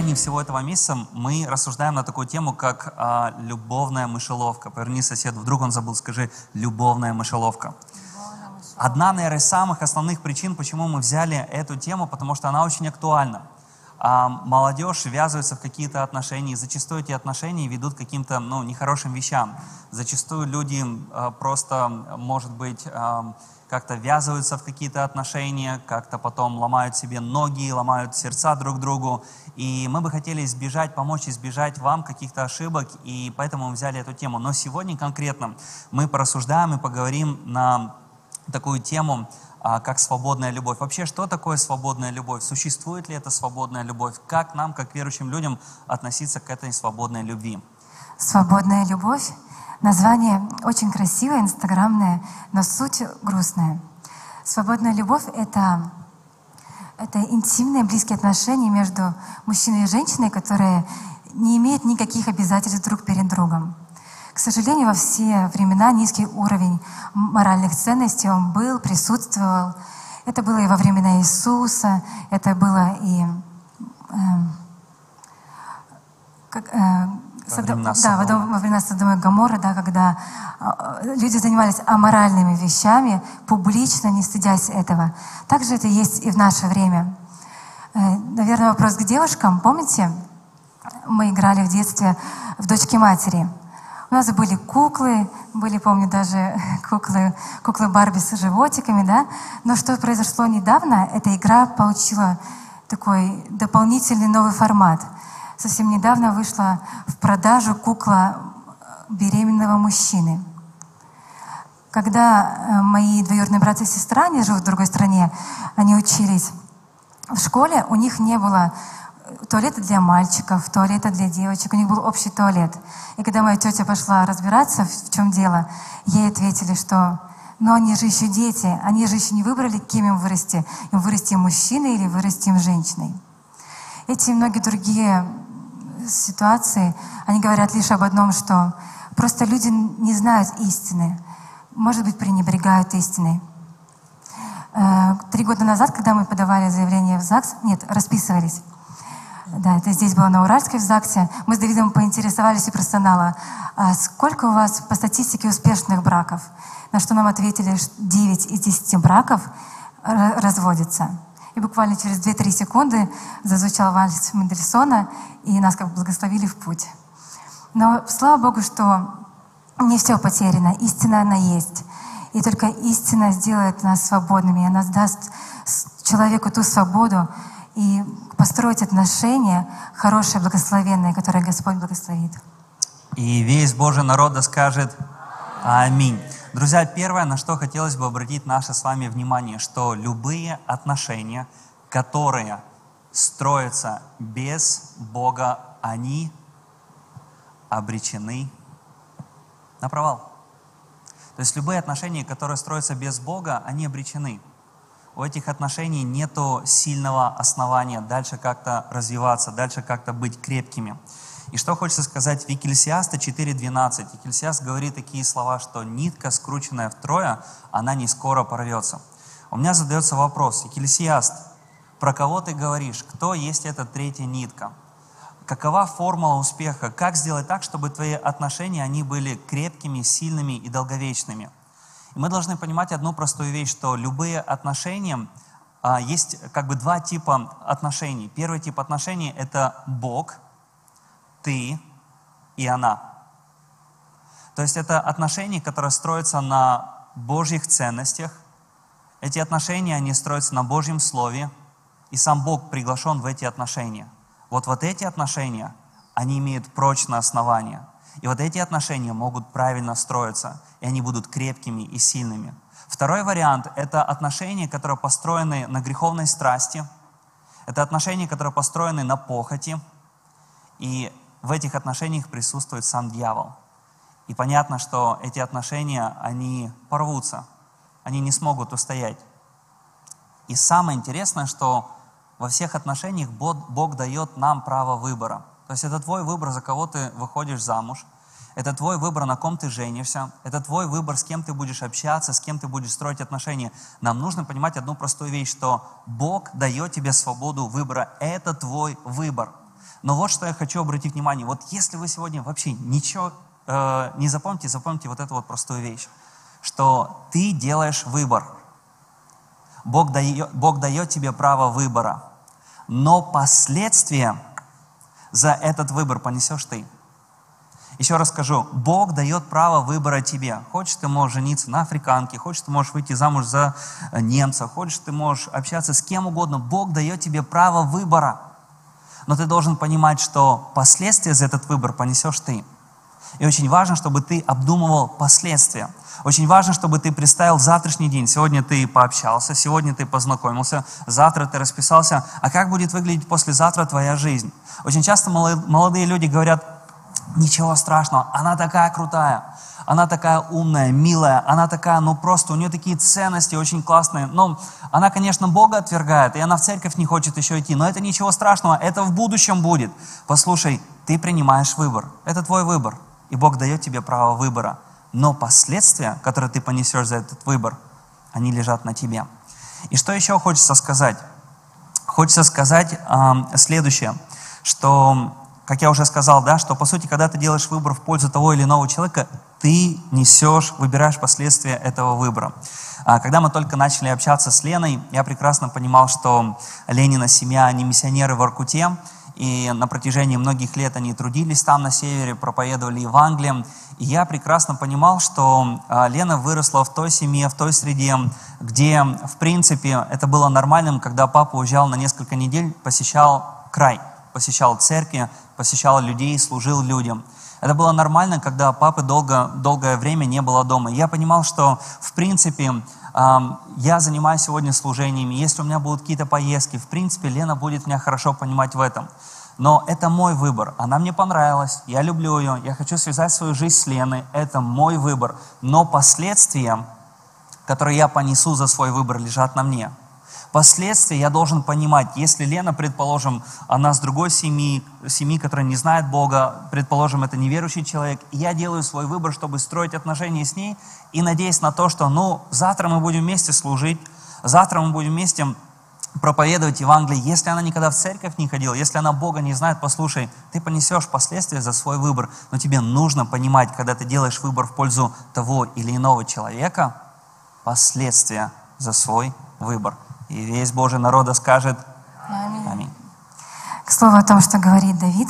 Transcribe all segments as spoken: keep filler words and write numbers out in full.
протяжении всего этого месяца мы рассуждаем на такую тему, как а, любовная мышеловка. Поверни соседу, вдруг он забыл, скажи «любовная мышеловка». Одна, наверное, из самых основных причин, почему мы взяли эту тему, потому что она очень актуальна. А молодежь ввязывается в какие-то отношения, и зачастую эти отношения ведут к каким-то ну, нехорошим вещам. Зачастую люди а, просто, может быть, а, как-то ввязываются в какие-то отношения, как-то потом ломают себе ноги, ломают сердца друг другу. И мы бы хотели избежать, помочь избежать вам каких-то ошибок, и поэтому мы взяли эту тему. Но сегодня конкретно мы порассуждаем и поговорим на такую тему, как свободная любовь. Вообще, что такое свободная любовь? Существует ли эта свободная любовь? Как нам, как верующим людям, относиться к этой свободной любви? Свободная любовь. Название очень красивое, инстаграмное, но суть грустная. Свободная любовь — это, это интимные, близкие отношения между мужчиной и женщиной, которые не имеют никаких обязательств друг перед другом. К сожалению, во все времена низкий уровень моральных ценностей он был, присутствовал. Это было и во времена Иисуса, это было и э, как, э, во времена да, во времена Содома и Гоморры, да, когда э, люди занимались аморальными вещами, публично, не стыдясь этого. Также это есть и в наше время. Э, наверное, вопрос к девушкам. Помните, мы играли в детстве в «Дочки матери». У нас были куклы, были, помню, даже куклы, куклы Барби с животиками, да. Но что произошло недавно, эта игра получила такой дополнительный новый формат. Совсем недавно вышла в продажу кукла беременного мужчины. Когда мои двоюродные брат и сестра, они живут в другой стране, они учились в школе, у них не было туалета для мальчиков, туалета для девочек, у них был общий туалет. И когда моя тетя пошла разбираться, в чем дело, ей ответили, что ну они же еще дети, они же еще не выбрали, кем им вырасти. Им вырасти мужчиной или вырасти им женщиной. Эти и многие другие ситуации, они говорят лишь об одном, что просто люди не знают истины, может быть, пренебрегают истиной. Три года назад, когда мы подавали заявление в ЗАГС, нет, расписывались, да, это здесь было на Уральской в ЗАГСе. Мы с Давидом поинтересовались у персонала, а сколько у вас по статистике успешных браков? На что нам ответили, что девять из десяти браков разводятся. И буквально через две-три секунды зазвучал вальс Мендельсона, и нас как бы благословили в путь. Но слава Богу, что не все потеряно, истина она есть. И только истина сделает нас свободными, она даст человеку ту свободу, и построить отношения хорошие, благословенные, которые Господь благословит. И весь Божий народ да скажет аминь. Друзья, первое, на что хотелось бы обратить наше с вами внимание, что любые отношения, которые строятся без Бога, они обречены на провал. То есть любые отношения, которые строятся без Бога, они обречены. У этих отношений нету сильного основания дальше как-то развиваться, дальше как-то быть крепкими. И что хочется сказать в Екклесиаста четыре двенадцать. Екклесиаст говорит такие слова, что нитка, скрученная втрое, она не скоро порвется. У меня задается вопрос: Екклесиаст, про кого ты говоришь? Кто есть эта третья нитка? Какова формула успеха? Как сделать так, чтобы твои отношения, они были крепкими, сильными и долговечными? И мы должны понимать одну простую вещь, что любые отношения, а, есть как бы два типа отношений. Первый тип отношений – это Бог, ты и она. То есть это отношения, которые строятся на Божьих ценностях. Эти отношения, они строятся на Божьем Слове, и сам Бог приглашен в эти отношения. Вот, вот эти отношения, они имеют прочное основание. И вот эти отношения могут правильно строиться, и они будут крепкими и сильными. Второй вариант – это отношения, которые построены на греховной страсти. Это отношения, которые построены на похоти. И в этих отношениях присутствует сам дьявол. И понятно, что эти отношения, они порвутся. Они не смогут устоять. И самое интересное, что во всех отношениях Бог, Бог дает нам право выбора. То есть это твой выбор, за кого ты выходишь замуж. Это твой выбор, на ком ты женишься. Это твой выбор, с кем ты будешь общаться, с кем ты будешь строить отношения. Нам нужно понимать одну простую вещь, что Бог дает тебе свободу выбора. Это твой выбор. Но вот что я хочу обратить внимание. Вот если вы сегодня вообще ничего э, не запомните, запомните вот эту вот простую вещь, что ты делаешь выбор. Бог дает, Бог дает тебе право выбора, но последствия за этот выбор понесешь ты. Еще раз скажу, Бог дает право выбора тебе. Хочешь, ты можешь жениться на африканке, хочешь, ты можешь выйти замуж за немца, хочешь, ты можешь общаться с кем угодно. Бог дает тебе право выбора. Но ты должен понимать, что последствия за этот выбор понесешь ты. И очень важно, чтобы ты обдумывал последствия. Очень важно, чтобы ты представил завтрашний день. Сегодня ты пообщался, сегодня ты познакомился, завтра ты расписался. А как будет выглядеть послезавтра твоя жизнь? Очень часто молодые люди говорят: ничего страшного, она такая крутая, она такая умная, милая, она такая, ну просто, у нее такие ценности очень классные. Но она, конечно, Бога отвергает, и она в церковь не хочет еще идти, но это ничего страшного, это в будущем будет. Послушай, ты принимаешь выбор, это твой выбор, и Бог дает тебе право выбора. Но последствия, которые ты понесешь за этот выбор, они лежат на тебе. И что еще хочется сказать? Хочется сказать э, следующее, что, как я уже сказал, да, что по сути, когда ты делаешь выбор в пользу того или иного человека, ты несешь, выбираешь последствия этого выбора. А когда мы только начали общаться с Леной, я прекрасно понимал, что Ленина семья, они миссионеры в Воркуте, и на протяжении многих лет они трудились там на севере, проповедовали Евангелием. И я прекрасно понимал, что Лена выросла в той семье, в той среде, где, в принципе, это было нормальным, когда папа уезжал на несколько недель, посещал край, посещал церкви, посещал людей, служил людям. Это было нормально, когда папы долго, долгое время не было дома. Я понимал, что, в принципе, я занимаюсь сегодня служениями, если у меня будут какие-то поездки, в принципе, Лена будет меня хорошо понимать в этом. Но это мой выбор, она мне понравилась, я люблю ее, я хочу связать свою жизнь с Леной, это мой выбор. Но последствия, которые я понесу за свой выбор, лежат на мне. Последствия я должен понимать. Если Лена, предположим, она с другой семьи, семьи, которая не знает Бога, предположим, это неверующий человек, и я делаю свой выбор, чтобы строить отношения с ней, и надеюсь на то, что, ну, завтра мы будем вместе служить, завтра мы будем вместе проповедовать Евангелие. Если она никогда в церковь не ходила, если она Бога не знает, послушай, ты понесешь последствия за свой выбор, но тебе нужно понимать, когда ты делаешь выбор в пользу того или иного человека, последствия за свой выбор. И весь Божий народ скажет Аминь. Аминь. К слову о том, что говорит Давид,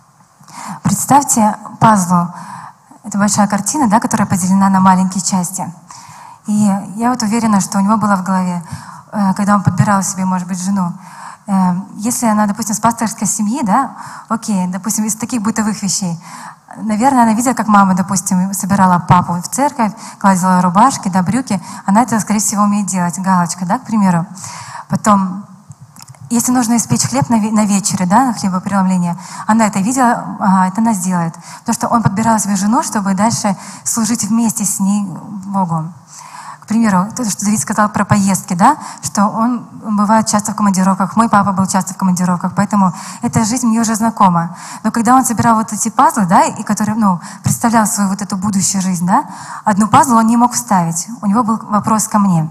представьте пазлу. Это большая картина, да, которая поделена на маленькие части. И я вот уверена, что у него было в голове, когда он подбирал себе, может быть, жену, если она, допустим, с пасторской семьи, да, окей, допустим, из таких бытовых вещей, наверное, она видела, как мама, допустим, собирала папу в церковь, гладила рубашки, да, брюки. Она это, скорее всего, умеет делать, галочка, да, к примеру. Потом, если нужно испечь хлеб на, на вечере, да, на хлебопреломление, она это видела, ага, это она сделает. Потому что он подбирал себе жену, чтобы дальше служить вместе с ней Богу. К примеру, то, что Давид сказал про поездки, да, что он бывает часто в командировках, мой папа был часто в командировках, поэтому эта жизнь мне уже знакома. Но когда он собирал вот эти пазлы, да, и который, ну, представлял свою вот эту будущую жизнь, да, одну пазлу он не мог вставить. У него был вопрос ко мне.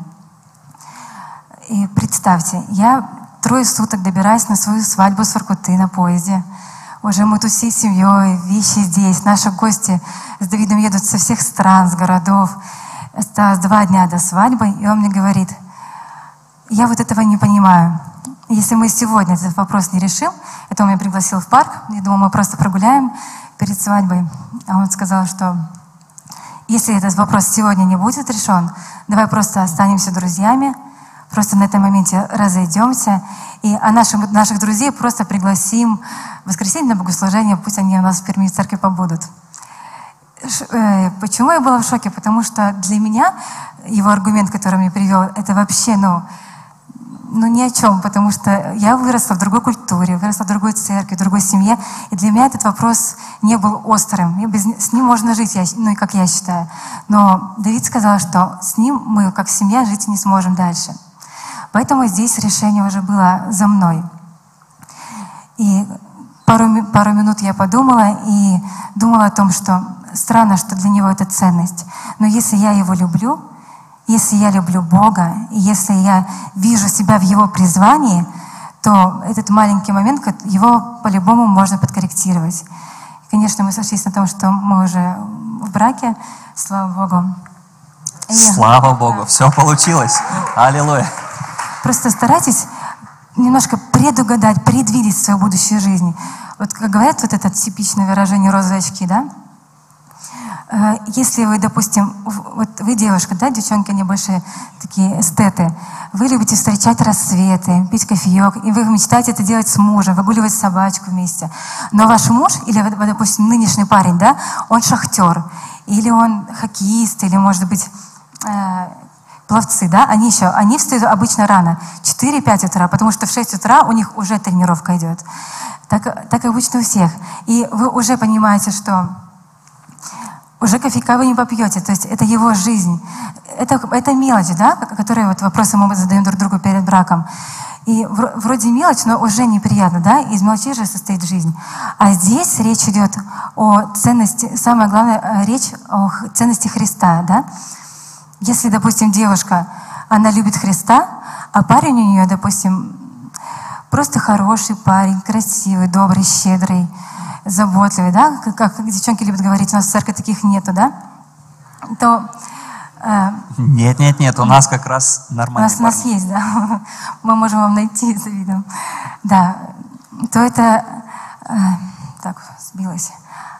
И представьте, я трое суток добираюсь на свою свадьбу с Воркуты на поезде. Уже мы тут всей семьей, вещи здесь, наши гости с Давидом едут со всех стран, с городов. Осталось два дня до свадьбы, и он мне говорит: я вот этого не понимаю. Если мы сегодня этот вопрос не решим, это он меня пригласил в парк, я думал, мы просто прогуляем перед свадьбой. А он сказал, что если этот вопрос сегодня не будет решен, давай просто останемся друзьями, просто на этом моменте разойдемся, и а наших, наших друзей просто пригласим в воскресенье на богослужение, пусть они у нас в Перми в церкви побудут. Почему я была в шоке? Потому что для меня его аргумент, который он мне привел, это вообще, ну, ну ни о чем, потому что я выросла в другой культуре, выросла в другой церкви, в другой семье, и для меня этот вопрос не был острым. И без, с ним можно жить, я, ну и как я считаю. Но Давид сказал, что с ним мы, как семья, жить не сможем дальше. Поэтому здесь решение уже было за мной. И пару, пару минут я подумала и думала о том, что странно, что для него это ценность. Но если я его люблю, если я люблю Бога, и если я вижу себя в его призвании, то этот маленький момент, его по-любому можно подкорректировать. И, конечно, мы сошлись на том, что мы уже в браке, слава Богу. И, Слава Богу, да. Все получилось. Аллилуйя. Просто старайтесь немножко предугадать, предвидеть свою будущую жизнь. Вот как говорят, вот это типичное выражение «розовые очки», да? Если вы, допустим, вот вы девушка, да, девчонки, они больше такие эстеты, вы любите встречать рассветы, пить кофеек, и вы мечтаете это делать с мужем, выгуливать собачку вместе. Но ваш муж, или, допустим, нынешний парень, да, он шахтер, или он хоккеист, или, может быть, э, пловцы, да, они еще, они встают обычно рано, четыре-пять утра, потому что в шесть утра у них уже тренировка идет. Так, так обычно у всех. И вы уже понимаете, что уже кофейка вы не попьете, то есть это его жизнь. Это, это мелочь, да, которые вот вопросы мы задаем друг другу перед браком. И вроде мелочь, но уже неприятно, да, из мелочей же состоит жизнь. А здесь речь идет о ценности, самое главное, речь о ценности Христа, да. Если, допустим, девушка, она любит Христа, а парень у нее, допустим, просто хороший парень, красивый, добрый, щедрый, заботливый, да, как, как девчонки любят говорить, у нас в церкви таких нету, да, то... Э, нет, нет, нет, у нас как раз нормальные У нас, у нас есть, да, мы можем вам найти за видом, да, то это... Э, так, сбилась.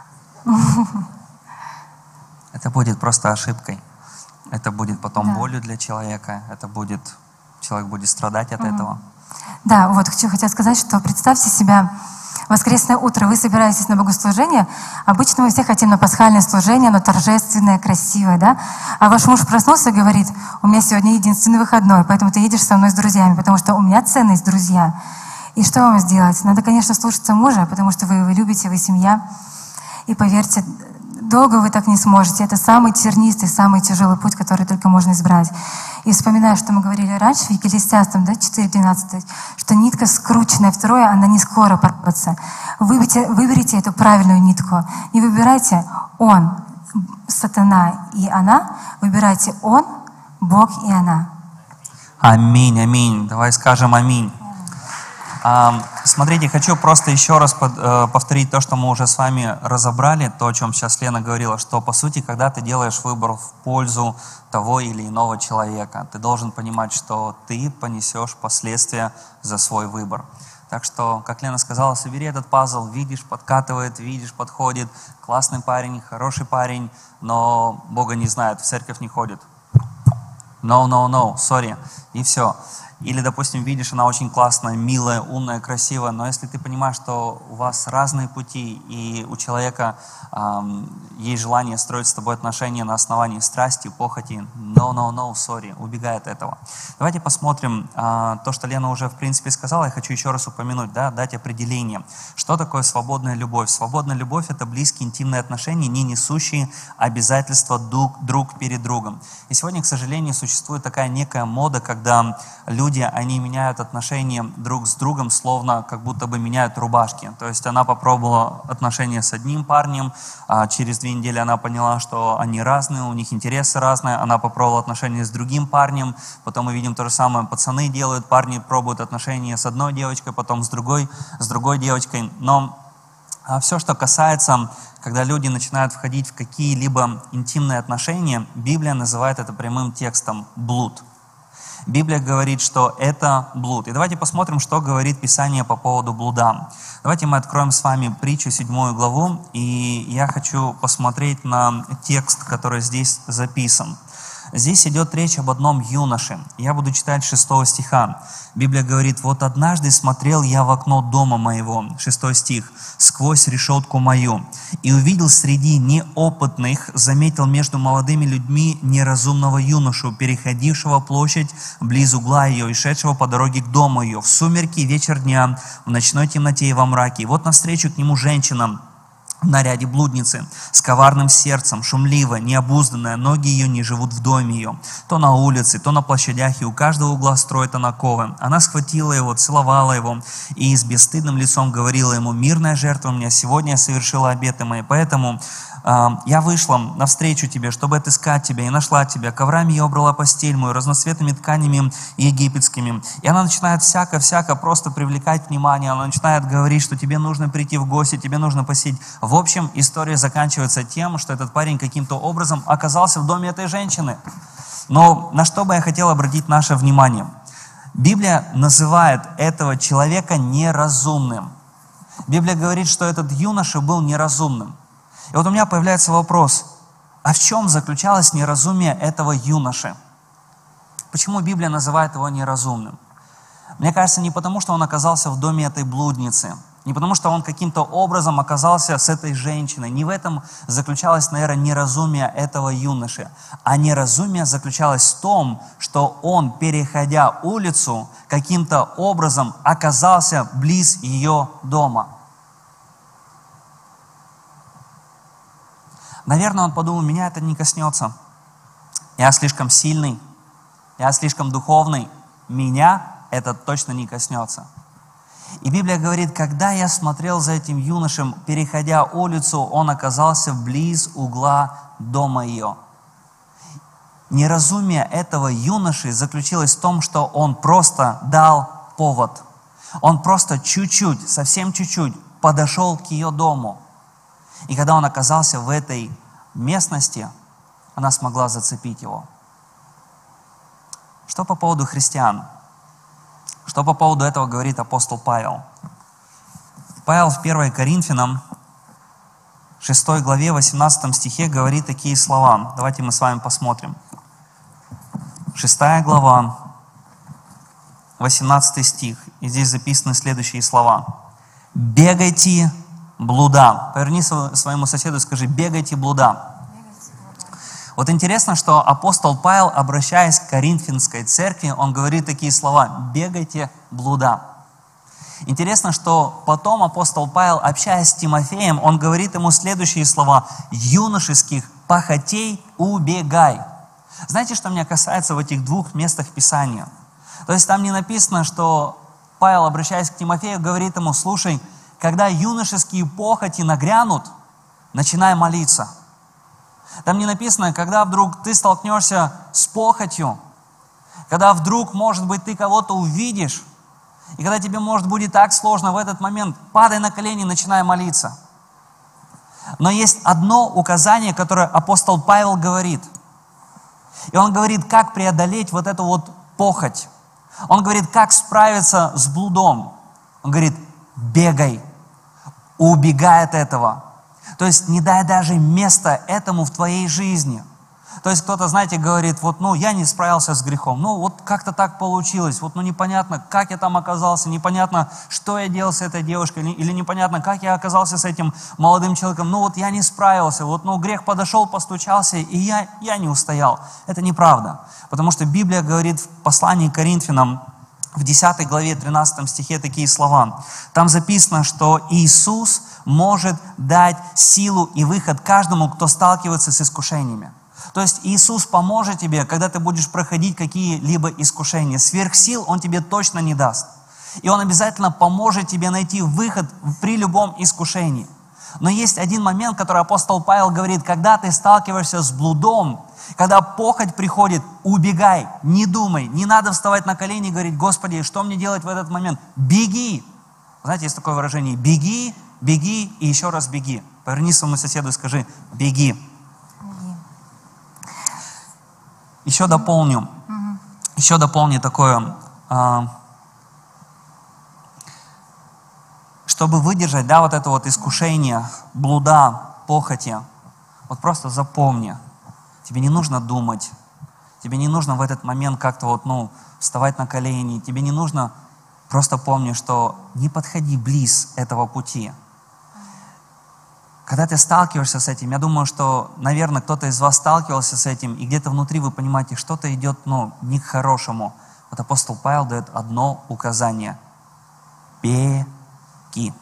Это будет просто ошибкой. Это будет потом да. болью для человека, это будет... Человек будет страдать от mm-hmm. этого. Да, вот хочу, хотела сказать, что представьте себя... Воскресное утро, вы собираетесь на богослужение. Обычно мы все хотим на пасхальное служение, оно торжественное, красивое, да? А ваш муж проснулся и говорит: у меня сегодня единственный выходной, поэтому ты едешь со мной с друзьями, потому что у меня ценность друзья. И что вам сделать? Надо, конечно, слушаться мужа, потому что вы его любите, вы семья. И поверьте, долго вы так не сможете. Это самый тернистый, самый тяжелый путь, который только можно избрать. И вспоминаю, что мы говорили раньше в Екклесиастам, да, четыре двенадцать, что нитка, скрученная втрое, она не скоро порвется. Выберите, выберите эту правильную нитку. Не выбирайте он, сатана и она, выбирайте он, Бог и она. Аминь, аминь. Давай скажем аминь. А, смотрите, хочу просто еще раз под, э, повторить то, что мы уже с вами разобрали, то, о чем сейчас Лена говорила, что, по сути, когда ты делаешь выбор в пользу того или иного человека, ты должен понимать, что ты понесешь последствия за свой выбор. Так что, как Лена сказала, собери этот пазл, видишь, подкатывает, видишь, подходит, классный парень, хороший парень, но Бога не знает, в церковь не ходит. No, no, no, sorry. И все. Или, допустим, видишь, она очень классная, милая, умная, красивая, но если ты понимаешь, что у вас разные пути, и у человека эм, есть желание строить с тобой отношения на основании страсти, похоти, no, no, no, sorry, убегай от этого. Давайте посмотрим э, то, что Лена уже, в принципе, сказала. Я хочу еще раз упомянуть, да, дать определение. Что такое свободная любовь? Свободная любовь — это близкие, интимные отношения, не несущие обязательства друг, друг перед другом. И сегодня, к сожалению, существует такая некая мода, когда люди они меняют отношения друг с другом, словно как будто бы меняют рубашки. То есть она попробовала отношения с одним парнем, а через две недели она поняла, что они разные, у них интересы разные, она попробовала отношения с другим парнем, потом мы видим то же самое, пацаны делают, парни пробуют отношения с одной девочкой, потом с другой, с другой девочкой. Но а все, что касается, когда люди начинают входить в какие-либо интимные отношения, Библия называет это прямым текстом «блуд». Библия говорит, что это блуд. И давайте посмотрим, что говорит Писание по поводу блуда. Давайте мы откроем с вами притчу, седьмую главу, и я хочу посмотреть на текст, который здесь записан. Здесь идет речь об одном юноше. Я буду читать шестого стиха. Библия говорит: «Вот однажды смотрел я в окно дома моего», шестой стих, «сквозь решетку мою, и увидел среди неопытных, заметил между молодыми людьми неразумного юношу, переходившего площадь близ угла ее и шедшего по дороге к дому ее, в сумерки вечер дня, в ночной темноте и во мраке. И вот навстречу к нему женщина в наряде блудницы, с коварным сердцем, шумливая, необузданная, ноги ее не живут в доме ее. То на улице, то на площадях, и у каждого угла строит она ковы. Она схватила его, целовала его, и с бесстыдным лицом говорила ему: мирная жертва у меня, сегодня я совершила обеты мои, поэтому я вышла навстречу тебе, чтобы отыскать тебя, и нашла тебя. Коврами я убрала постель мою, разноцветными тканями египетскими. И она начинает всяко-всяко просто привлекать внимание. Она начинает говорить, что тебе нужно прийти в гости, тебе нужно посетить. В общем, история заканчивается тем, что этот парень каким-то образом оказался в доме этой женщины. Но на что бы я хотел обратить наше внимание? Библия называет этого человека неразумным. Библия говорит, что этот юноша был неразумным. И вот у меня появляется вопрос, а в чем заключалось неразумие этого юноши? Почему Библия называет его неразумным? Мне кажется, не потому, что он оказался в доме этой блудницы, не потому, что он каким-то образом оказался с этой женщиной. Не в этом заключалось, наверное, неразумие этого юноши. А неразумие заключалось в том, что он, переходя улицу, каким-то образом оказался близ ее дома. Наверное, он подумал, меня это не коснется. Я слишком сильный, я слишком духовный, меня это точно не коснется. И Библия говорит, когда я смотрел за этим юношем, переходя улицу, он оказался близ угла дома ее. Неразумие этого юноши заключилось в том, что он просто дал повод. Он просто чуть-чуть, совсем чуть-чуть подошел к ее дому. И когда он оказался в этой местности, она смогла зацепить его. Что по поводу христиан? Что по поводу этого говорит апостол Павел? Павел в первой Коринфянам, шестой главе, восемнадцатом стихе говорит такие слова. Давайте мы с вами посмотрим. шестая глава, восемнадцатый стих. И здесь записаны следующие слова. «Бегайте, блуда». Поверни своему соседу и скажи: «Бегайте, блуда». Вот интересно, что апостол Павел, обращаясь к Коринфянской церкви, он говорит такие слова: «Бегайте, блуда». Интересно, что потом апостол Павел, общаясь с Тимофеем, он говорит ему следующие слова: «Юношеских похотей убегай». Знаете, что меня касается в этих двух местах Писания? То есть там не написано, что Павел, обращаясь к Тимофею, говорит ему: слушай, когда юношеские похоти нагрянут, начинай молиться. Там не написано, когда вдруг ты столкнешься с похотью, когда вдруг, может быть, ты кого-то увидишь, и когда тебе, может, будет так сложно в этот момент, падай на колени, начинай молиться. Но есть одно указание, которое апостол Павел говорит. И он говорит, как преодолеть вот эту вот похоть. Он говорит, как справиться с блудом. Он говорит, бегай, убегай от этого. То есть не дай даже места этому в твоей жизни. То есть кто-то, знаете, говорит, вот, ну, я не справился с грехом. Ну, вот как-то так получилось. Вот, ну, непонятно, как я там оказался, непонятно, что я делал с этой девушкой, или, или непонятно, как я оказался с этим молодым человеком. Ну, вот я не справился. Вот, ну, грех подошел, постучался, и я, я не устоял. Это неправда. Потому что Библия говорит в послании к Коринфянам, в десятой главе, тринадцатом стихе такие слова. Там записано, что Иисус может дать силу и выход каждому, кто сталкивается с искушениями. То есть Иисус поможет тебе, когда ты будешь проходить какие-либо искушения. Сверхсил Он тебе точно не даст. И Он обязательно поможет тебе найти выход при любом искушении. Но есть один момент, который апостол Павел говорит, когда ты сталкиваешься с блудом, когда похоть приходит, убегай, не думай, не надо вставать на колени и говорить, Господи, что мне делать в этот момент? Беги. Знаете, есть такое выражение, беги, беги и еще раз беги. Поверни своему соседу и скажи, беги. Еще дополню, mm-hmm. еще дополню такое, а, чтобы выдержать, да, вот это вот искушение, блуда, похоти, вот просто запомни, тебе не нужно думать, тебе не нужно в этот момент как-то вот, ну, вставать на колени, тебе не нужно, просто помни, что не подходи близ этого пути. Когда ты сталкиваешься с этим, я думаю, что, наверное, кто-то из вас сталкивался с этим, и где-то внутри вы понимаете, что-то идет, ну, не к хорошему. Вот апостол Павел дает одно указание. Беги.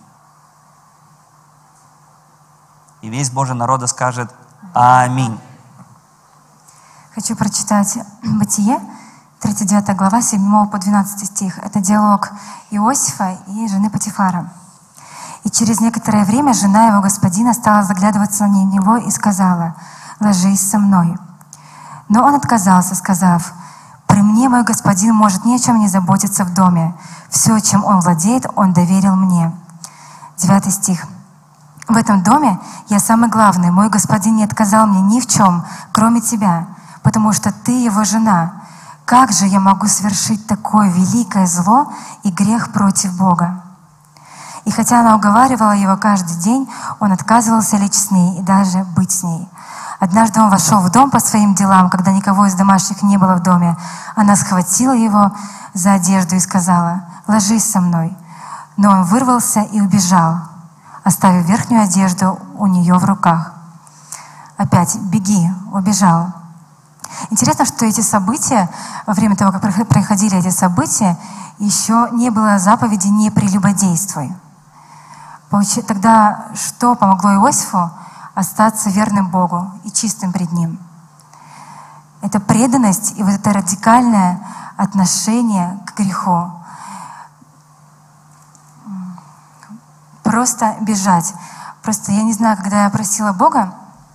И весь Божий народ скажет аминь. Хочу прочитать Бытие, тридцать девятая глава, седьмой по двенадцатый стих. Это диалог Иосифа и жены Потифара. И через некоторое время жена его господина стала заглядываться на него и сказала: «Ложись со мной». Но он отказался, сказав: «При мне мой господин может ни о чем не заботиться в доме. Все, чем он владеет, он доверил мне». Девятый стих. «В этом доме я самый главный. Мой господин не отказал мне ни в чем, кроме тебя, потому что ты его жена. Как же я могу совершить такое великое зло и грех против Бога?» И хотя она уговаривала его каждый день, он отказывался лечь с ней и даже быть с ней. Однажды он вошел в дом по своим делам, когда никого из домашних не было в доме. Она схватила его за одежду и сказала: «Ложись со мной». Но он вырвался и убежал, оставив верхнюю одежду у нее в руках. Опять «беги», убежал. Интересно, что эти события, во время того, как происходили эти события, еще не было заповеди «не прелюбодействуй». Тогда что помогло Иосифу остаться верным Богу и чистым пред Ним? Это преданность и вот это радикальное отношение к греху. Просто бежать. Просто я не знаю, когда я просила Бога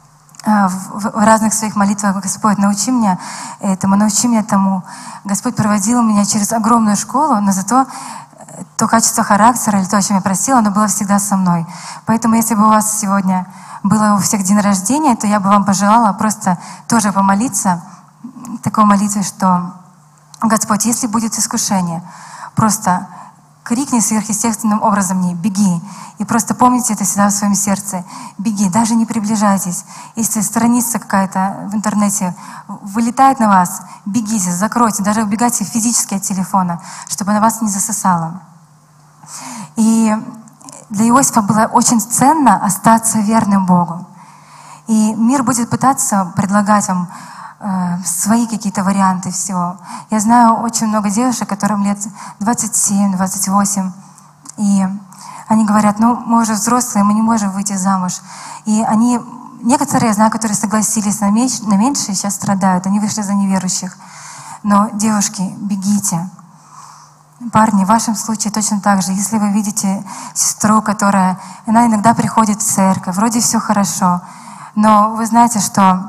в разных своих молитвах: «Господь, научи меня этому, научи меня тому». Господь проводил меня через огромную школу, но зато то качество характера или то, о чем я просила, оно было всегда со мной. Поэтому если бы у вас сегодня было у всех день рождения, то я бы вам пожелала просто тоже помолиться такой молитвой, что: «Господь, если будет искушение, просто крикни сверхъестественным образом мне: беги». И просто помните это всегда в своем сердце. Беги, даже не приближайтесь. Если страница какая-то в интернете вылетает на вас, бегите, закройте, даже убегайте физически от телефона, чтобы она вас не засосала. И для Иосифа было очень ценно остаться верным Богу. И мир будет пытаться предлагать вам э, свои какие-то варианты всего. Я знаю очень много девушек, которым лет двадцать семь — двадцать восемь, и они говорят: «Ну, мы уже взрослые, мы не можем выйти замуж». И они, некоторые, я знаю, которые согласились на меньше, на меньше, сейчас страдают, они вышли за неверующих. Но, девушки, бегите. Парни, в вашем случае точно так же. Если вы видите сестру, которая, она иногда приходит в церковь, вроде все хорошо, но вы знаете, что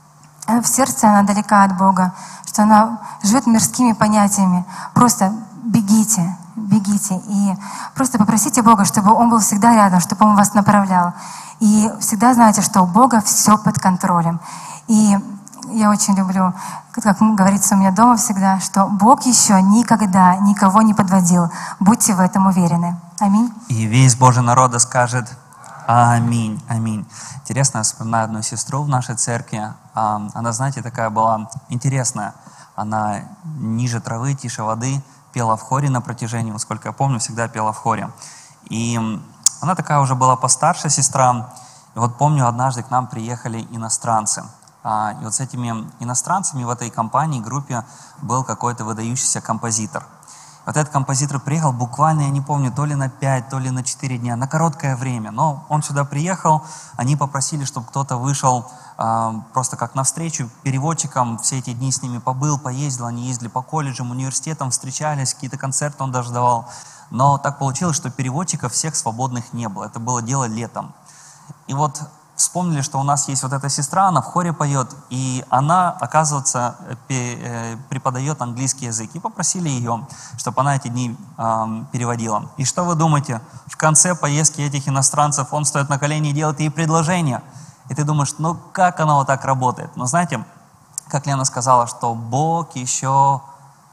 в сердце она далека от Бога, что она живет мирскими понятиями, просто бегите. Бегите и просто попросите Бога, чтобы Он был всегда рядом, чтобы Он вас направлял. И всегда знайте, что у Бога все под контролем. И я очень люблю, как говорится у меня дома всегда, что Бог еще никогда никого не подводил. Будьте в этом уверены. Аминь. И весь Божий народ скажет: аминь, аминь. Интересно, я вспоминаю одну сестру в нашей церкви. Она, знаете, такая была интересная. Она ниже травы, тише воды, пела в хоре на протяжении, сколько я помню, всегда пела в хоре. И она такая уже была постарше сестра. И вот помню, однажды к нам приехали иностранцы. И вот с этими иностранцами в этой компании, группе был какой-то выдающийся композитор. Вот этот композитор приехал буквально, я не помню, то ли на пять, то ли на четыре дня, на короткое время. Но он сюда приехал, они попросили, чтобы кто-то вышел э, просто как навстречу переводчикам, все эти дни с ними побыл, поездил, они ездили по колледжам, университетам, встречались, какие-то концерты он даже давал. Но так получилось, что переводчиков всех свободных не было, это было дело летом. И вот вспомнили, что у нас есть вот эта сестра, она в хоре поет, и она, оказывается, преподает английский язык. И попросили ее, чтобы она эти дни э, переводила. И что вы думаете? В конце поездки этих иностранцев он стоит на колени и делает ей предложение. И ты думаешь: ну как оно вот так работает? Но знаете, как Лена сказала, что Бог еще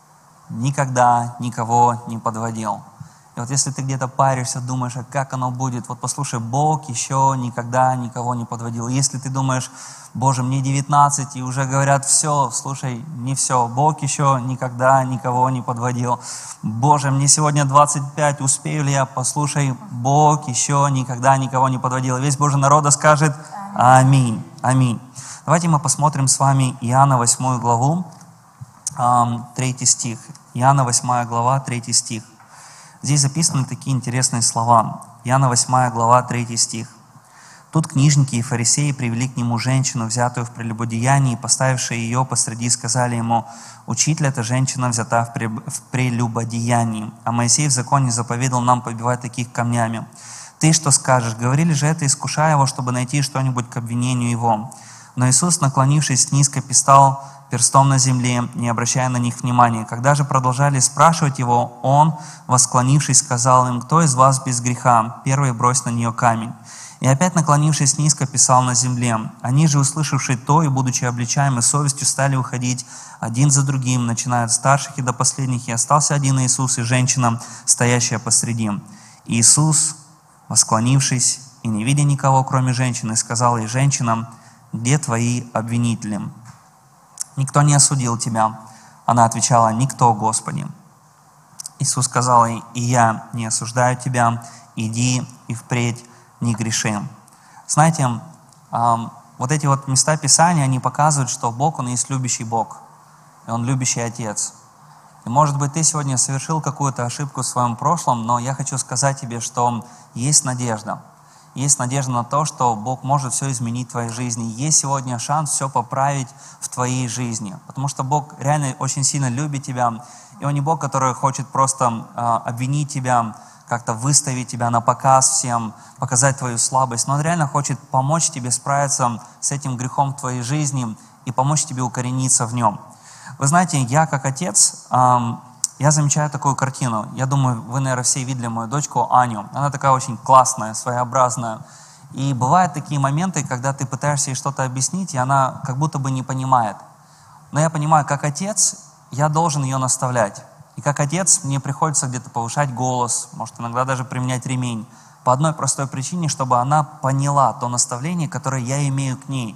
никогда никого не подводил. И вот если ты где-то паришься, думаешь, а как оно будет, вот послушай, Бог еще никогда никого не подводил. Если ты думаешь: Боже, мне девятнадцать, и уже говорят все, слушай, не все, Бог еще никогда никого не подводил. Боже, мне сегодня двадцать пять, успею ли я? Послушай, Бог еще никогда никого не подводил. Весь Божий народ скажет: аминь, аминь. Давайте мы посмотрим с вами Иоанна восьмую главу, третий стих. Иоанна восьмая глава, третий стих. Здесь записаны такие интересные слова. Иоанна восьмая глава, третий стих. «Тут книжники и фарисеи привели к нему женщину, взятую в прелюбодеянии, и, поставившие ее посреди, сказали ему: Учитель, эта женщина взята в прелюбодеянии, а Моисей в законе заповедал нам побивать таких камнями. Ты что скажешь? Говорили же это, искушая его, чтобы найти что-нибудь к обвинению его. Но Иисус, наклонившись низко, писал перстом на земле, не обращая на них внимания. Когда же продолжали спрашивать его, он, восклонившись, сказал им: кто из вас без греха? Первый брось на нее камень. И опять, наклонившись низко, писал на земле. Они же, услышавшие то и будучи обличаемы совестью, стали уходить один за другим, начиная от старших и до последних. И остался один Иисус и женщина, стоящая посреди. И Иисус, восклонившись и не видя никого, кроме женщины, сказал ей: женщинам, где твои обвинители? Никто не осудил тебя. Она отвечала: никто, Господи. Иисус сказал ей: и я не осуждаю тебя, иди и впредь не греши. Знаете, вот эти вот места Писания, они показывают, что Бог, Он есть любящий Бог, и Он любящий Отец. И может быть, ты сегодня совершил какую-то ошибку в своем прошлом, но я хочу сказать тебе, что есть надежда. Есть надежда на то, что Бог может все изменить в твоей жизни. Есть сегодня шанс все поправить в твоей жизни. Потому что Бог реально очень сильно любит тебя. И Он не Бог, который хочет просто э, обвинить тебя, как-то выставить тебя на показ всем, показать твою слабость. Но Он реально хочет помочь тебе справиться с этим грехом в твоей жизни и помочь тебе укорениться в нем. Вы знаете, я как отец, э, я замечаю такую картину. Я думаю, вы, наверное, все видели мою дочку Аню. Она такая очень классная, своеобразная. И бывают такие моменты, когда ты пытаешься ей что-то объяснить, и она как будто бы не понимает. Но я понимаю, как отец, я должен ее наставлять. И как отец мне приходится где-то повышать голос, может иногда даже применять ремень. По одной простой причине, чтобы она поняла то наставление, которое я имею к ней.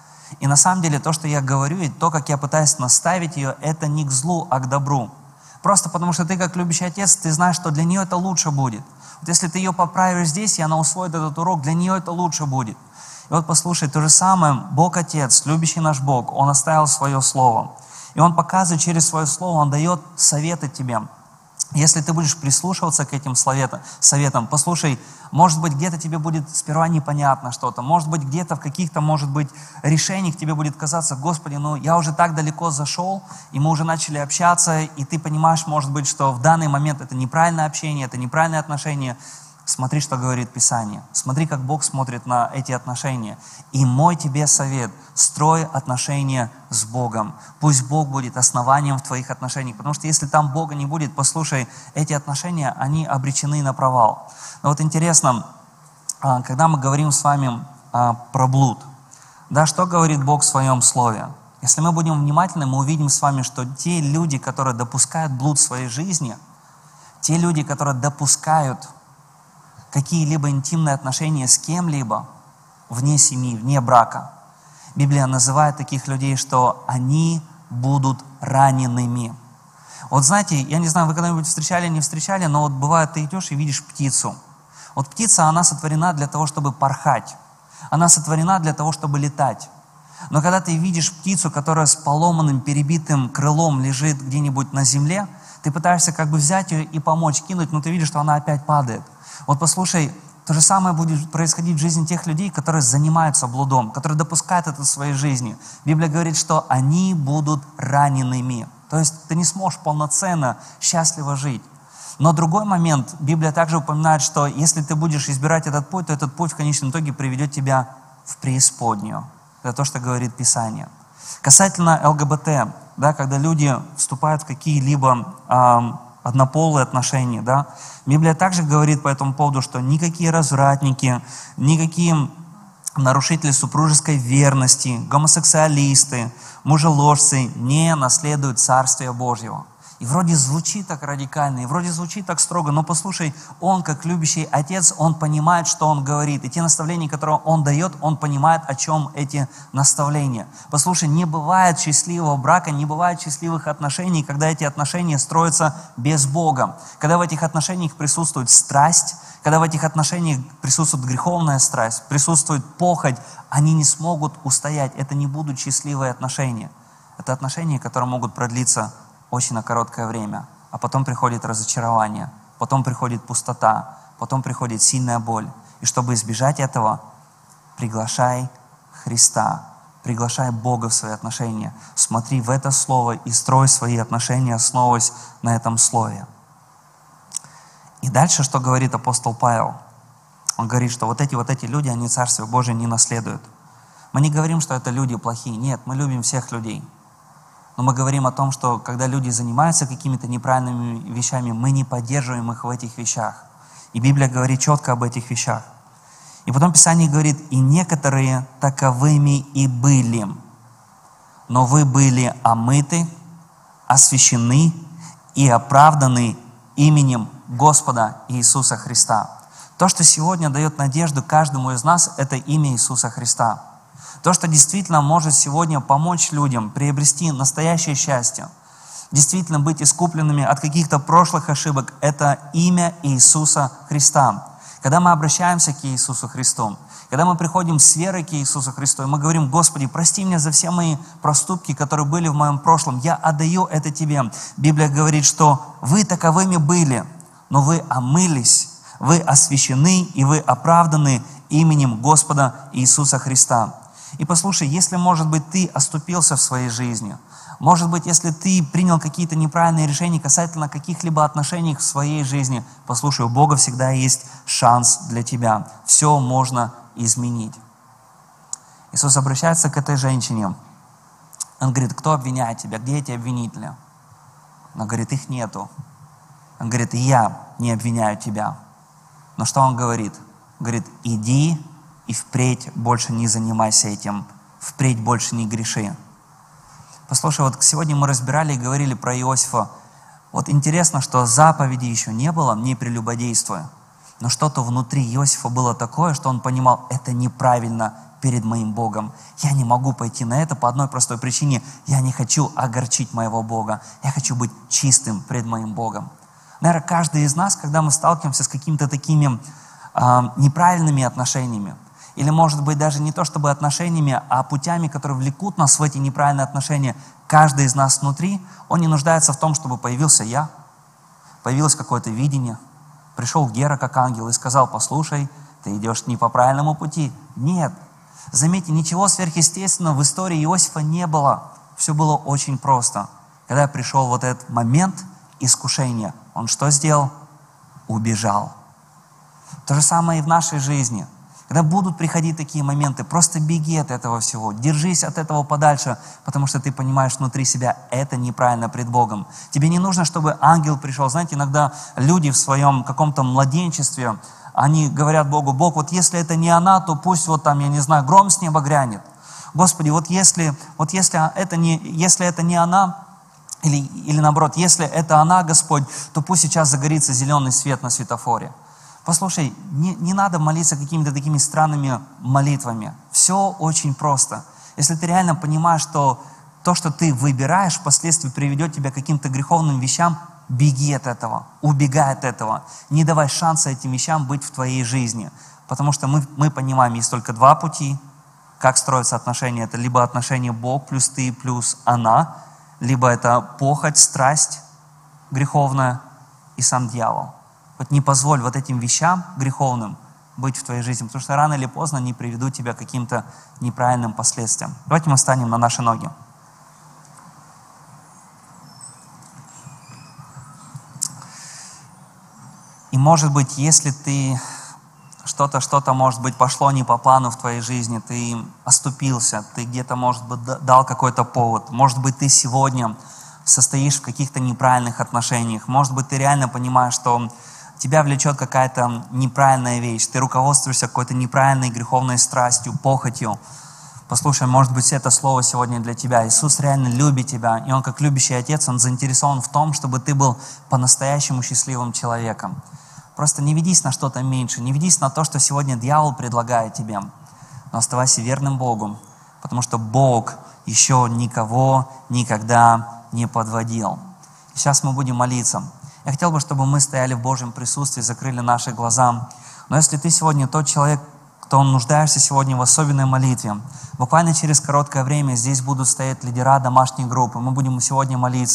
И на самом деле то, что я говорю, и то, как я пытаюсь наставить ее, это не к злу, а к добру. Просто потому, что ты, как любящий отец, ты знаешь, что для нее это лучше будет. Вот если ты ее поправишь здесь, и она усвоит этот урок, для нее это лучше будет. И вот послушай, то же самое, Бог Отец, любящий наш Бог, Он оставил свое Слово. И Он показывает через свое Слово, Он дает советы тебе. Если ты будешь прислушиваться к этим советам, послушай, может быть, где-то тебе будет сперва непонятно что-то, может быть, где-то в каких-то, может быть, решениях тебе будет казаться: Господи, ну я уже так далеко зашел, и мы уже начали общаться, и ты понимаешь, может быть, что в данный момент это неправильное общение, это неправильное отношение. Смотри, что говорит Писание. Смотри, как Бог смотрит на эти отношения. И мой тебе совет: строй отношения с Богом. Пусть Бог будет основанием в твоих отношениях. Потому что если там Бога не будет, послушай, эти отношения, они обречены на провал. Но вот интересно, когда мы говорим с вами про блуд, да, что говорит Бог в Своем Слове? Если мы будем внимательны, мы увидим с вами, что те люди, которые допускают блуд в своей жизни, те люди, которые допускают какие-либо интимные отношения с кем-либо вне семьи, вне брака, Библия называет таких людей, что они будут ранеными. Вот знаете, я не знаю, вы когда-нибудь встречали, не встречали, но вот бывает, ты идешь и видишь птицу. Вот птица, она сотворена для того, чтобы порхать. Она сотворена для того, чтобы летать. Но когда ты видишь птицу, которая с поломанным, перебитым крылом лежит где-нибудь на земле, ты пытаешься как бы взять ее и помочь, кинуть, но ты видишь, что она опять падает. Вот послушай, то же самое будет происходить в жизни тех людей, которые занимаются блудом, которые допускают это в своей жизни. Библия говорит, что они будут ранеными. То есть ты не сможешь полноценно, счастливо жить. Но другой момент, Библия также упоминает, что если ты будешь избирать этот путь, то этот путь в конечном итоге приведет тебя в преисподнюю. Это то, что говорит Писание. Касательно ЛГБТ, да, когда люди вступают в какие-либо э, однополые отношения, да, Библия также говорит по этому поводу, что никакие развратники, никакие нарушители супружеской верности, гомосексуалисты, мужеложцы не наследуют Царствие Божьего. И вроде звучит так радикально, и вроде звучит так строго, но послушай, Он, как любящий Отец, Он понимает, что Он говорит. И те наставления, которые Он дает, Он понимает, о чем эти наставления. Послушай, не бывает счастливого брака, не бывает счастливых отношений, когда эти отношения строятся без Бога. Когда в этих отношениях присутствует страсть, когда в этих отношениях присутствует греховная страсть, присутствует похоть, они не смогут устоять. Это не будут счастливые отношения. Это отношения, которые могут продлиться очень на короткое время, а потом приходит разочарование, потом приходит пустота, потом приходит сильная боль. И чтобы избежать этого, приглашай Христа, приглашай Бога в свои отношения. Смотри в это Слово и строй свои отношения, основываясь на этом Слове. И дальше, что говорит апостол Павел? Он говорит, что вот эти вот эти люди, они Царствие Божие не наследуют. Мы не говорим, что это люди плохие. Нет, мы любим всех людей. Но мы говорим о том, что когда люди занимаются какими-то неправильными вещами, мы не поддерживаем их в этих вещах. И Библия говорит четко об этих вещах. И потом Писание говорит, и некоторые таковыми и были. Но вы были омыты, освящены и оправданы именем Господа Иисуса Христа. То, что сегодня дает надежду каждому из нас, это имя Иисуса Христа. То, что действительно может сегодня помочь людям приобрести настоящее счастье, действительно быть искупленными от каких-то прошлых ошибок, это имя Иисуса Христа. Когда мы обращаемся к Иисусу Христу, когда мы приходим с верой к Иисусу Христу, и мы говорим: Господи, прости меня за все мои проступки, которые были в моем прошлом, я отдаю это Тебе. Библия говорит, что вы таковыми были, но вы омылись, вы освящены и вы оправданы именем Господа Иисуса Христа. И послушай, если, может быть, ты оступился в своей жизни, может быть, если ты принял какие-то неправильные решения касательно каких-либо отношений в своей жизни, послушай, у Бога всегда есть шанс для тебя. Все можно изменить. Иисус обращается к этой женщине. Он говорит: кто обвиняет тебя? Где эти обвинители? Она говорит: их нету. Он говорит: и я не обвиняю тебя. Но что он говорит? Говорит: иди и впредь больше не занимайся этим. Впредь больше не греши. Послушай, вот сегодня мы разбирали и говорили про Иосифа. Вот интересно, что заповеди еще не было, не прелюбодействуй. Но что-то внутри Иосифа было такое, что он понимал: это неправильно перед моим Богом. Я не могу пойти на это по одной простой причине. Я не хочу огорчить моего Бога. Я хочу быть чистым пред моим Богом. Наверное, каждый из нас, когда мы сталкиваемся с какими-то такими э, неправильными отношениями, или, может быть, даже не то чтобы отношениями, а путями, которые влекут нас в эти неправильные отношения, каждый из нас внутри, он не нуждается в том, чтобы появился я, появилось какое-то видение, пришел Гера как ангел и сказал: послушай, ты идешь не по правильному пути. Нет. Заметьте, ничего сверхъестественного в истории Иосифа не было. Все было очень просто. Когда пришел вот этот момент искушения, он что сделал? Убежал. То же самое и в нашей жизни. Когда будут приходить такие моменты, просто беги от этого всего, держись от этого подальше, потому что ты понимаешь внутри себя: это неправильно пред Богом. Тебе не нужно, чтобы ангел пришел. Знаете, иногда люди в своем каком-то младенчестве, они говорят Богу: Бог, вот если это не она, то пусть вот там, я не знаю, гром с неба грянет. Господи, вот если, вот если, это, не, если это не она, или, или наоборот, если это она, Господь, то пусть сейчас загорится зеленый свет на светофоре. Послушай, не, не надо молиться какими-то такими странными молитвами. Все очень просто. Если ты реально понимаешь, что то, что ты выбираешь, впоследствии приведет тебя к каким-то греховным вещам, беги от этого, убегай от этого. Не давай шанса этим вещам быть в твоей жизни. Потому что мы, мы понимаем, есть только два пути, как строятся отношения. Это либо отношения Бог плюс ты плюс она, либо это похоть, страсть греховная и сам дьявол. Вот не позволь вот этим вещам греховным быть в твоей жизни, потому что рано или поздно они приведут тебя к каким-то неправильным последствиям. Давайте мы встанем на наши ноги. И может быть, если ты что-то, что-то, может быть, пошло не по плану в твоей жизни, ты оступился, ты где-то, может быть, дал какой-то повод, может быть, ты сегодня состоишь в каких-то неправильных отношениях, может быть, ты реально понимаешь, что тебя влечет какая-то неправильная вещь, ты руководствуешься какой-то неправильной греховной страстью, похотью. Послушай, может быть, это слово сегодня для тебя. Иисус реально любит тебя, и Он, как любящий Отец, Он заинтересован в том, чтобы ты был по-настоящему счастливым человеком. Просто не ведись на что-то меньше, не ведись на то, что сегодня дьявол предлагает тебе, но оставайся верным Богу, потому что Бог еще никого никогда не подводил. И сейчас мы будем молиться. Я хотел бы, чтобы мы стояли в Божьем присутствии, закрыли наши глаза. Но если ты сегодня тот человек, кто нуждаешься сегодня в особенной молитве, буквально через короткое время здесь будут стоять лидера домашней группы. Мы будем сегодня молиться.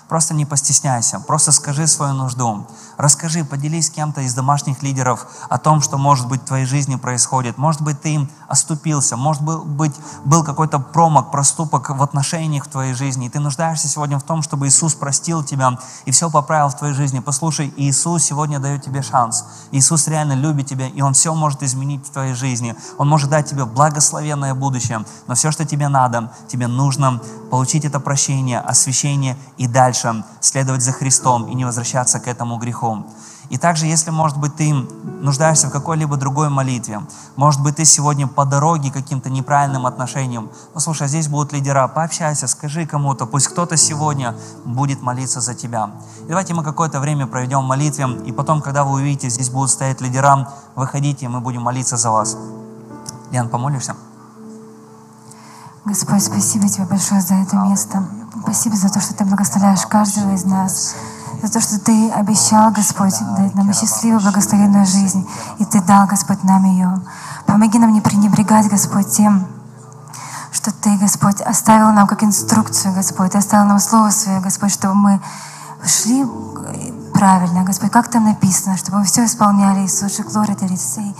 Просто не постесняйся, просто скажи свою нужду. Расскажи, поделись с кем-то из домашних лидеров о том, что, может быть, в твоей жизни происходит. Может быть, ты им оступился, может быть, был какой-то промах, проступок в отношениях в твоей жизни, и ты нуждаешься сегодня в том, чтобы Иисус простил тебя и все поправил в твоей жизни. Послушай, Иисус сегодня дает тебе шанс. Иисус реально любит тебя, и Он все может изменить в твоей жизни. Он может дать тебе благословенное будущее, но все, что тебе надо, тебе нужно получить это прощение, освящение и дальше следовать за Христом и не возвращаться к этому греху. И также, если, может быть, ты нуждаешься в какой-либо другой молитве, может быть, ты сегодня по дороге к каким-то неправильным отношениям, ну, слушай, здесь будут лидера, пообщайся, скажи кому-то, пусть кто-то сегодня будет молиться за тебя. И давайте мы какое-то время проведем в молитве, и потом, когда вы увидите, здесь будут стоять лидера, выходите, мы будем молиться за вас. Лен, помолишься? Господь, спасибо Тебе большое за это место. Спасибо за то, что Ты благословляешь каждого из нас. За то, что Ты обещал, Господь, дать нам счастливую, благословенную жизнь. И Ты дал, Господь, нам ее. Помоги нам не пренебрегать, Господь, тем, что Ты, Господь, оставил нам как инструкцию, Господь. Ты оставил нам Слово Свое, Господь, чтобы мы шли правильно, Господь, как там написано, чтобы мы все исполняли. Иисус, глория Тебе,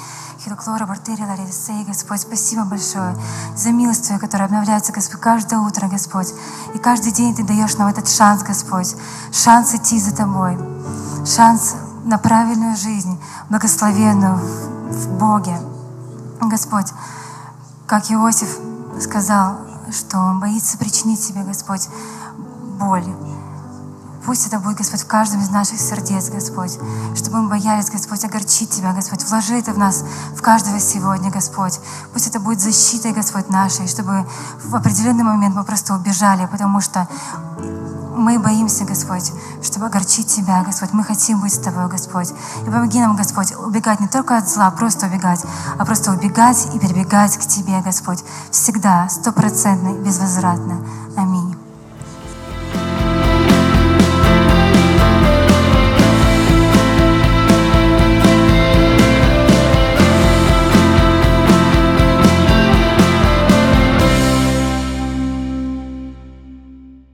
Господь, спасибо большое за милость Твою, которая обновляется, Господь, каждое утро, Господь. И каждый день Ты даешь нам этот шанс, Господь, шанс идти за Тобой, шанс на правильную жизнь, благословенную в Боге. Господь, как Иосиф сказал, что он боится причинить себе, Господь, боль. Пусть это будет, Господь, в каждом из наших сердец, Господь, чтобы мы боялись, Господь, огорчить Тебя, Господь. Вложи это в нас, в каждого сегодня, Господь. Пусть это будет защитой, Господь, нашей, чтобы в определенный момент мы просто убежали, потому что мы боимся, Господь, чтобы огорчить Тебя, Господь. Мы хотим быть с Тобой, Господь. И помоги нам, Господь, убегать не только от зла, просто убегать, а просто убегать и перебегать к Тебе, Господь. Всегда, стопроцентно, безвозвратно.